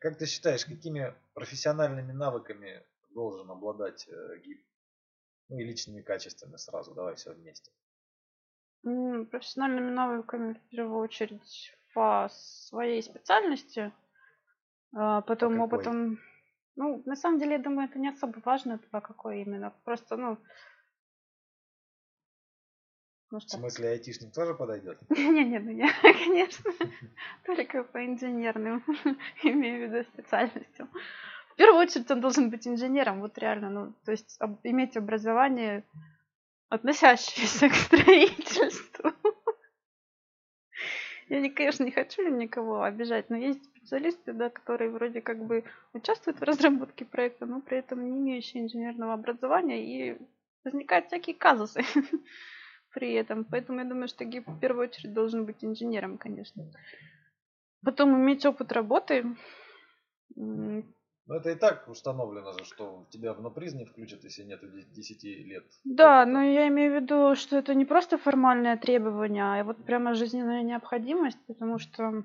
Как ты считаешь, какими профессиональными навыками должен обладать гид? Ну и личными качествами сразу, давай все вместе. Профессиональными навыками в первую очередь по своей специальности, По потом какой? опытом. Ну, на самом деле, я думаю, это не особо важно, по какой именно. Просто, ну, ну В что. смысле, айтишник тоже подойдет? Не-не, ну я, конечно, только по инженерным, имею в виду специальностям. В первую очередь он должен быть инженером, вот реально, ну, то есть иметь образование, относящееся к строительству. Я, конечно, не хочу никого обижать, но есть специалисты, да, которые вроде как бы участвуют в разработке проекта, но при этом не имеющие инженерного образования, и возникают всякие казусы при этом. Поэтому я думаю, что ГИП в первую очередь должен быть инженером, конечно. Потом иметь опыт работы. Ну это и так установлено же, что тебя в наприз не включат, если нет 10 лет Да, но опыта. я имею в виду, что это не просто формальное требование, а вот прямо жизненная необходимость, потому что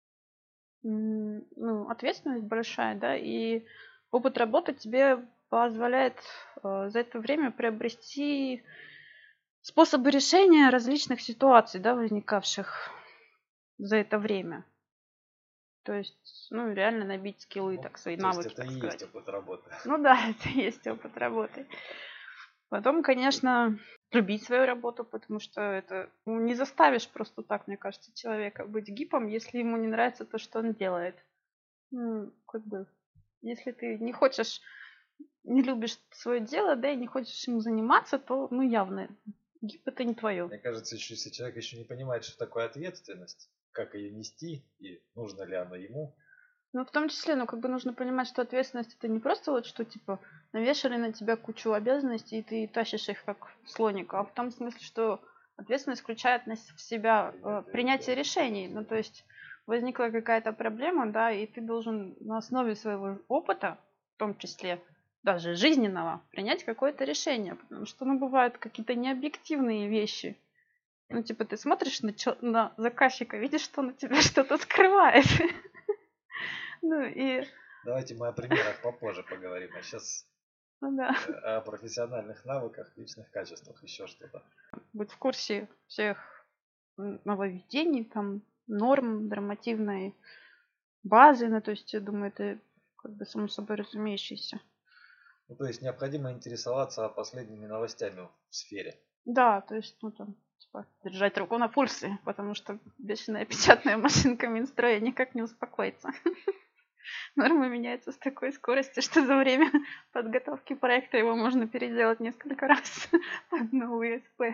ну, ответственность большая, да, и опыт работы тебе позволяет за это время приобрести способы решения различных ситуаций, да, возникавших за это время. То есть, ну, реально набить скиллы, Ну, так, свои то есть навыки, это и так есть сказать. опыт работы. Ну да, это и есть опыт работы. Потом, конечно, любить свою работу, потому что это ну, не заставишь просто так, мне кажется, человека быть гипом, если ему не нравится то, что он делает. Ну, как бы, если ты не хочешь, не любишь свое дело, да, и не хочешь им заниматься, то, ну, явно, гип это не твое. Мне кажется, если человек еще не понимает, что такое ответственность, как ее нести и нужно ли она ему. Ну, в том числе, ну, как бы нужно понимать, что ответственность это не просто вот что, типа, навешали на тебя кучу обязанностей, и ты тащишь их как слоника, а в том смысле, что ответственность включает в себя принятие решений. Ну, то есть возникла какая-то проблема, да, и ты должен на основе своего опыта, в том числе даже жизненного, принять какое-то решение, потому что, ну, бывают какие-то необъективные вещи. Ну, типа, ты смотришь на заказчика, видишь, что он от тебя что-то скрывает. Ну, и Давайте мы о примерах попозже поговорим, а сейчас ну да. о профессиональных навыках, личных качествах, еще что-то. Быть в курсе всех нововведений, там, норм, нормативной базы. Ну, то есть, я думаю, это как бы само собой разумеющееся. Ну, то есть необходимо интересоваться последними новостями в сфере. Да, то есть, ну, там, типа, держать руку на пульсе, потому что бешеная печатная машинка Минстроя никак не успокоится. Нормы меняются с такой скоростью, что за время подготовки проекта его можно переделать несколько раз под новый СП.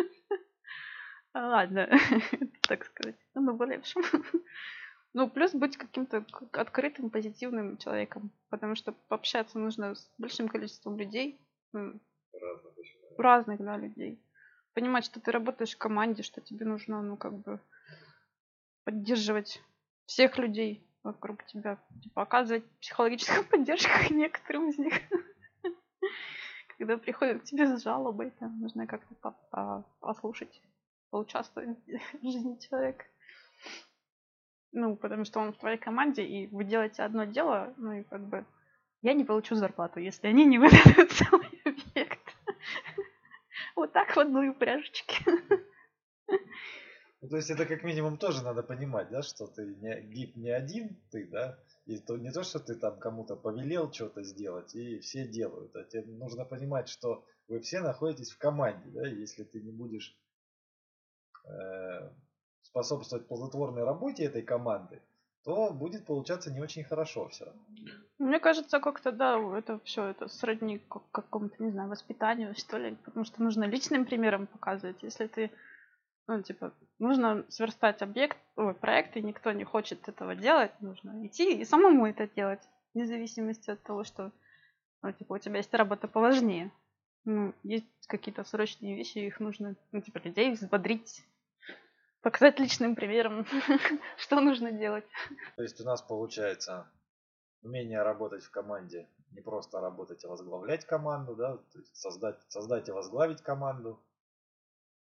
Ладно, так сказать, на наболевшем. Ну, плюс быть каким-то открытым, позитивным человеком, потому что пообщаться нужно с большим количеством людей, Разных еще. разных, да, людей. Понимать, что ты работаешь в команде, что тебе нужно, ну, как бы поддерживать всех людей вокруг тебя, типа оказывать психологическую поддержку некоторым из них. Когда приходят к тебе с жалобой, там нужно как-то послушать, поучаствовать в жизни человека. Ну, потому что он в твоей команде, и вы делаете одно дело, ну и как бы я не получу зарплату, если они не выдадут целый объект. Вот так вот, ну и упряжечки. Ну, то есть это как минимум тоже надо понимать, да, что ты не гид не один, ты, да, и то не то, что ты там кому-то повелел что-то сделать, и все делают, а тебе нужно понимать, что вы все находитесь в команде, да, и если ты не будешь э, способствовать плодотворной работе этой команды, то будет получаться не очень хорошо все. Мне кажется, как-то, да, это все, это сродни какому-то, не знаю, воспитанию, что ли, потому что нужно личным примером показывать. Если ты, ну, типа, нужно сверстать проект, и никто не хочет этого делать, нужно идти и самому это делать, вне зависимости от того, что, ну, типа, у тебя есть работа поважнее. Ну, есть какие-то срочные вещи, их нужно, ну, типа, людей взбодрить, показать личным примером, что нужно делать. То есть у нас получается умение работать в команде, не просто работать, а возглавлять команду, да, то есть создать и возглавить команду,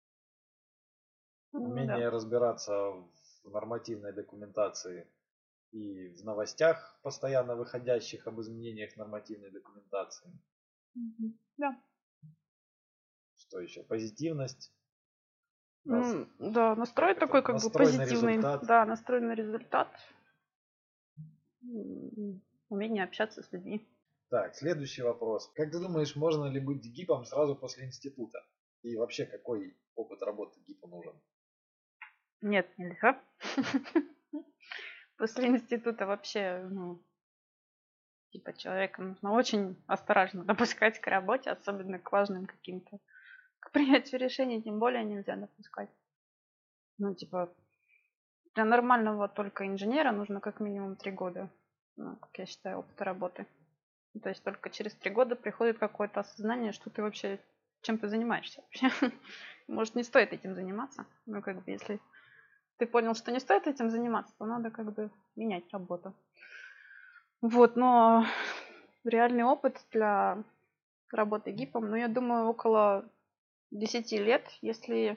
Ну да. умение разбираться в нормативной документации и в новостях, постоянно выходящих об изменениях нормативной документации. Да. Что еще? Позитивность. Ну, да, настрой это? такой как бы Настрой на позитивный. результат. Да, настрой на результат. Умение общаться с людьми. Так, следующий вопрос. Как ты думаешь, можно ли быть гипом сразу после института? И вообще, какой опыт работы гипа нужен? Нет, нельзя. После института вообще, ну, типа человека нужно очень осторожно допускать к работе, особенно к важным каким-то. К принятию решений тем более нельзя допускать. Ну, типа, для нормального только инженера нужно как минимум 3 года, ну, как я считаю, опыта работы. То есть только через 3 года приходит какое-то осознание, что ты вообще чем ты занимаешься вообще. Может, не стоит этим заниматься. Ну, как бы, если ты понял, что не стоит этим заниматься, то надо как бы менять работу. Вот, но реальный опыт для работы гипом, ну, я думаю, около 10 лет, если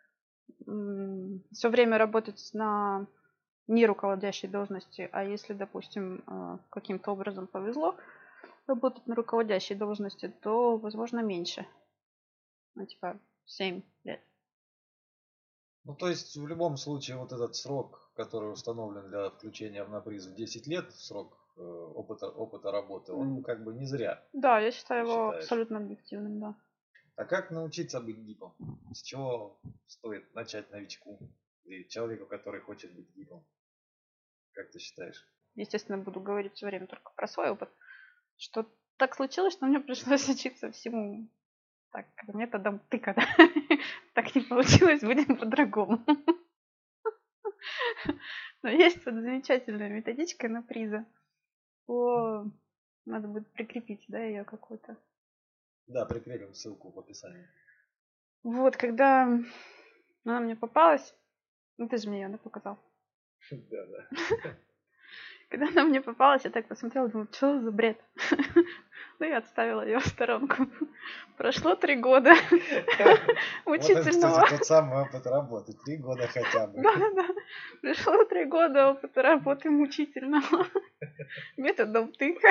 все время работать на не руководящей должности, а если, допустим, каким-то образом повезло работать на руководящей должности, то, возможно, меньше. Ну, типа 7 лет. Ну, то есть, в любом случае, вот этот срок, который установлен для включения в наприз в 10 лет, срок опыта работы, он как бы не зря, Да, я считаю ты его считаешь. абсолютно объективным, да. А как научиться быть гипом? С чего стоит начать новичку или человеку, который хочет быть гипом? Как ты считаешь? Естественно, буду говорить все время только про свой опыт. Что так случилось, что мне пришлось учиться всему так, методом тыка. Да? Так не получилось, будем по-другому. Но есть вот замечательная методичка на приза. Надо будет прикрепить, да, ее какую-то. Да, прикрепим ссылку в описании. Вот, когда она мне попалась, ну ты же мне ее показал. Да, да. Когда она мне попалась, я так посмотрела, думала, что за бред? Ну и отставила ее в сторонку. Прошло 3 года Вот это, мучительного. кстати, тот самый опыт работы. 3 года хотя бы. Да, да. Пришло 3 года опыта работы мучительного методом тыка,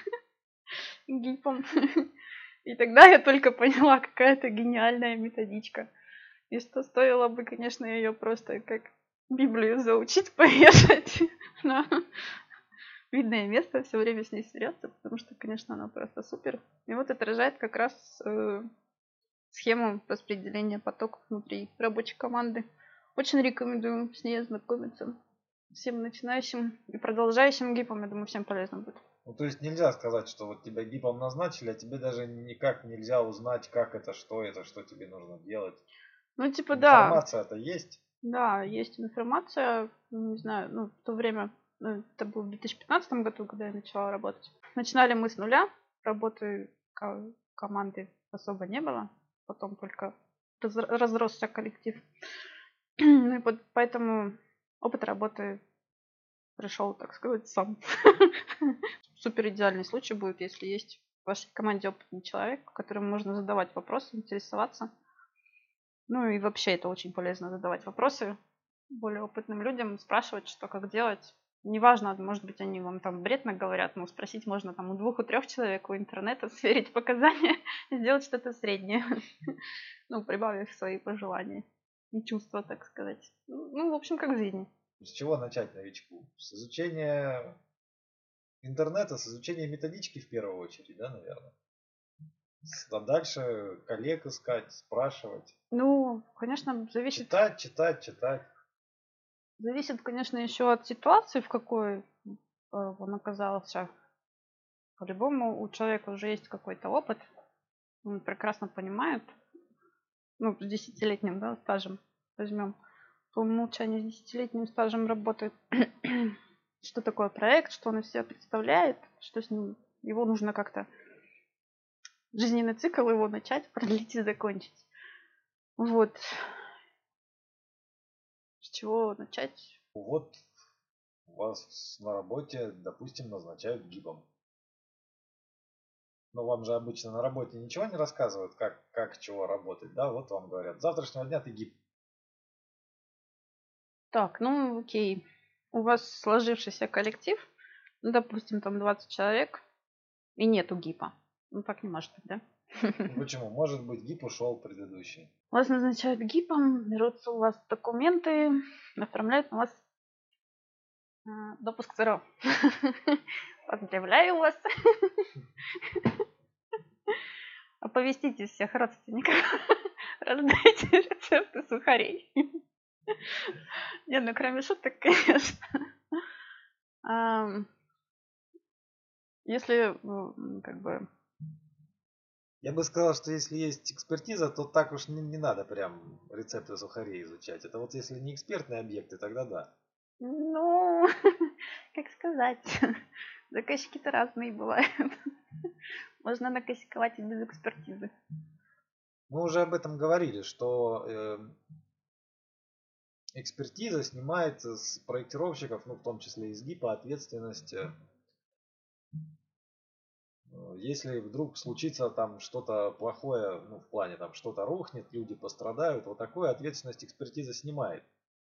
гипом. И тогда я только поняла, какая это гениальная методичка. И что стоило бы, конечно, ее просто как Библию заучить, повешать на видное место, все время с ней сверяться, потому что, конечно, она просто супер. И вот отражает как раз схему распределения потоков внутри рабочей команды. Очень рекомендую с ней ознакомиться. Всем начинающим и продолжающим гипам, я думаю, всем полезно будет. Ну, то есть нельзя сказать, что вот тебя гипом назначили, а тебе даже никак нельзя узнать, как это, что тебе нужно делать. Ну, типа, да. Информация-то есть. Да, есть информация. Не знаю, ну, в то время, ну, это было в 2015 году, когда я начала работать. Начинали мы с нуля. Работы команды особо не было. Потом только разросся коллектив. Ну и поэтому опыт работы пришел, так сказать, сам. Супер идеальный случай будет, если есть в вашей команде опытный человек, которому можно задавать вопросы, интересоваться. Ну и вообще это очень полезно задавать вопросы более опытным людям, спрашивать, что как делать. Неважно, может быть, они вам там бред наговорят, но спросить можно там у 2, у 3 человек у интернета, сверить показания, сделать что-то среднее. Ну, прибавив свои пожелания и чувства, так сказать. Ну, в общем, как в жизни. С чего начать новичку? С изучения интернета, с изучения методички в первую очередь, да, наверное. А дальше коллег искать, спрашивать. Ну, конечно, зависит. Читать. Зависит, конечно, еще от ситуации, в какой он оказался. По-любому у человека уже есть какой-то опыт. Он прекрасно понимает, ну, с 10-летним, да, стажем возьмем. По умолчанию с 10-летним стажем работает. Что такое проект, что он из себя представляет, что с ним, его нужно как-то жизненный цикл его начать, продлить и закончить. Вот. С чего начать? Вот вас на работе, допустим, назначают гибом. Но вам же обычно на работе ничего не рассказывают, как чего работать, да? Вот вам говорят, с завтрашнего дня ты гиб. Так, ну окей. у вас сложившийся коллектив, ну, допустим, там 20 человек, и нету гипа. Ну, так не может быть, да? Почему? Может быть, гип ушел предыдущий. Вас назначают гипом, берутся у вас документы, оформляют на вас допуск ЦРО. Поздравляю вас. Оповестите всех родственников. Раздайте рецепты сухарей. Не, ну кроме шуток, конечно. Если, как бы... Я бы сказал, что если есть экспертиза, то так уж не надо прям рецепты сухарей изучать. Это вот если не экспертные объекты, тогда да. Ну, как сказать, заказчики-то разные бывают. Можно накосяковать и без экспертизы. Мы уже об этом говорили, что экспертиза снимает с проектировщиков, ну в том числе из ГИПа, ответственность. Если вдруг случится там что-то плохое, ну в плане там что-то рухнет, люди пострадают, вот такую ответственность экспертиза снимает.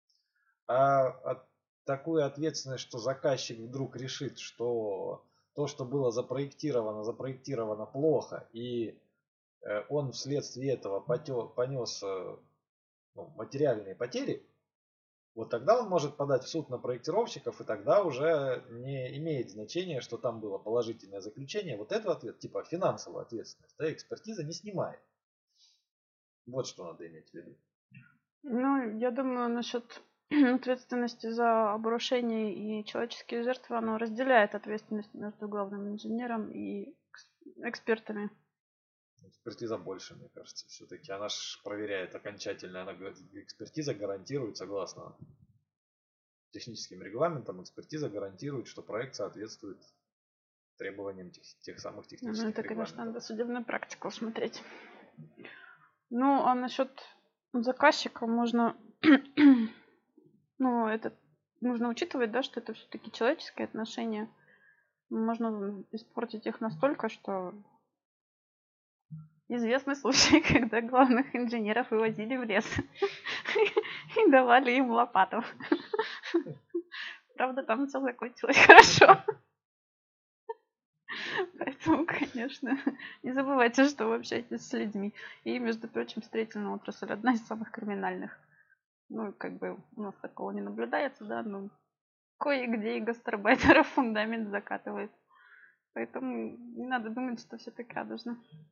А такую ответственность, что заказчик вдруг решит, что то, что было запроектировано плохо, и он вследствие этого понес материальные потери, вот тогда он может подать в суд на проектировщиков, и тогда уже не имеет значения, что там было положительное заключение. Вот это ответ, типа финансовая ответственность, да, экспертиза не снимает. Вот что надо иметь в виду. Ну, я думаю, насчет ответственности за обрушение и человеческие жертвы, оно разделяет ответственность между главным инженером и экспертами. Экспертиза больше, мне кажется, все-таки. Она же проверяет окончательно. Экспертиза гарантирует, согласно техническим регламентам, экспертиза гарантирует, что проект соответствует требованиям тех самых технических Ну, это, регламентов. конечно, надо судебную практику смотреть. Ну, а насчет заказчика можно... Ну, это нужно учитывать, да, что это все-таки человеческие отношения. Можно испортить их настолько, что известны случаи, когда главных инженеров вывозили в лес и давали им лопату. Правда, там все закончилось хорошо. Поэтому, конечно, не забывайте, что вы общаетесь с людьми. И, между прочим, строительная отрасль одна из самых криминальных. Ну, как бы у нас такого не наблюдается, да, но кое-где и гастарбайтеров фундамент закатывает. Поэтому не надо думать, что все так радужно.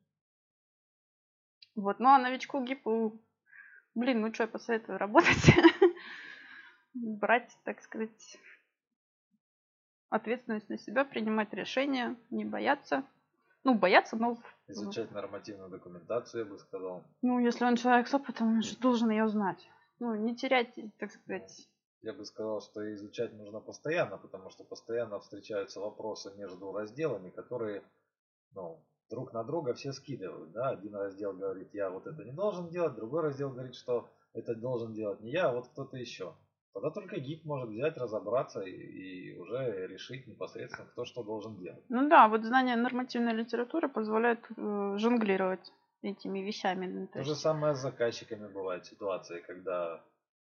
Вот, ну а новичку ГИПу, блин, ну что я посоветую работать. Брать, так сказать, ответственность на себя, принимать решения, не бояться. Ну, бояться, но... Изучать нормативную документацию, я бы сказал. Ну, если он человек с опытом, он же должен ее знать. Ну, не терять, так сказать. Я бы сказал, что изучать нужно постоянно, потому что постоянно встречаются вопросы между разделами, которые друг на друга все скидывают. Да? Один раздел говорит, я вот это не должен делать, другой раздел говорит, что это должен делать не я, а вот кто-то еще. Тогда только гид может взять, разобраться и уже решить непосредственно, кто что должен делать. Ну да, вот знание нормативной литературы позволяет жонглировать этими вещами. То же самое с заказчиками бывает ситуации, когда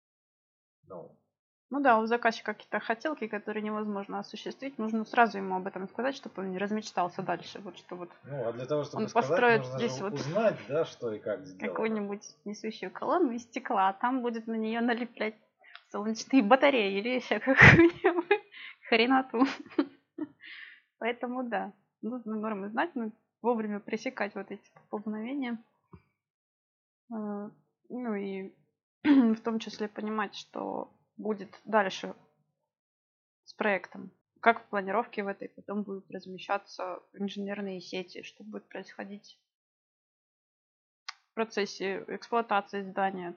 ну да, у заказчика какие-то хотелки, которые невозможно осуществить, нужно сразу ему об этом сказать, чтобы он не размечтался дальше. Вот что вот. Ну, а для того, чтобы он сказать, построит нужно здесь же вот узнать, да, что и как сделано. какую-нибудь несущую колонну из стекла, а там будет на нее налеплять солнечные батареи или еще какую-нибудь хреноту. Поэтому да, нужно нормы знать, но вовремя пресекать вот эти поползновения. Ну и в том числе понимать, что будет дальше с проектом. Как в планировке в этой потом будут размещаться инженерные сети, что будет происходить в процессе эксплуатации здания.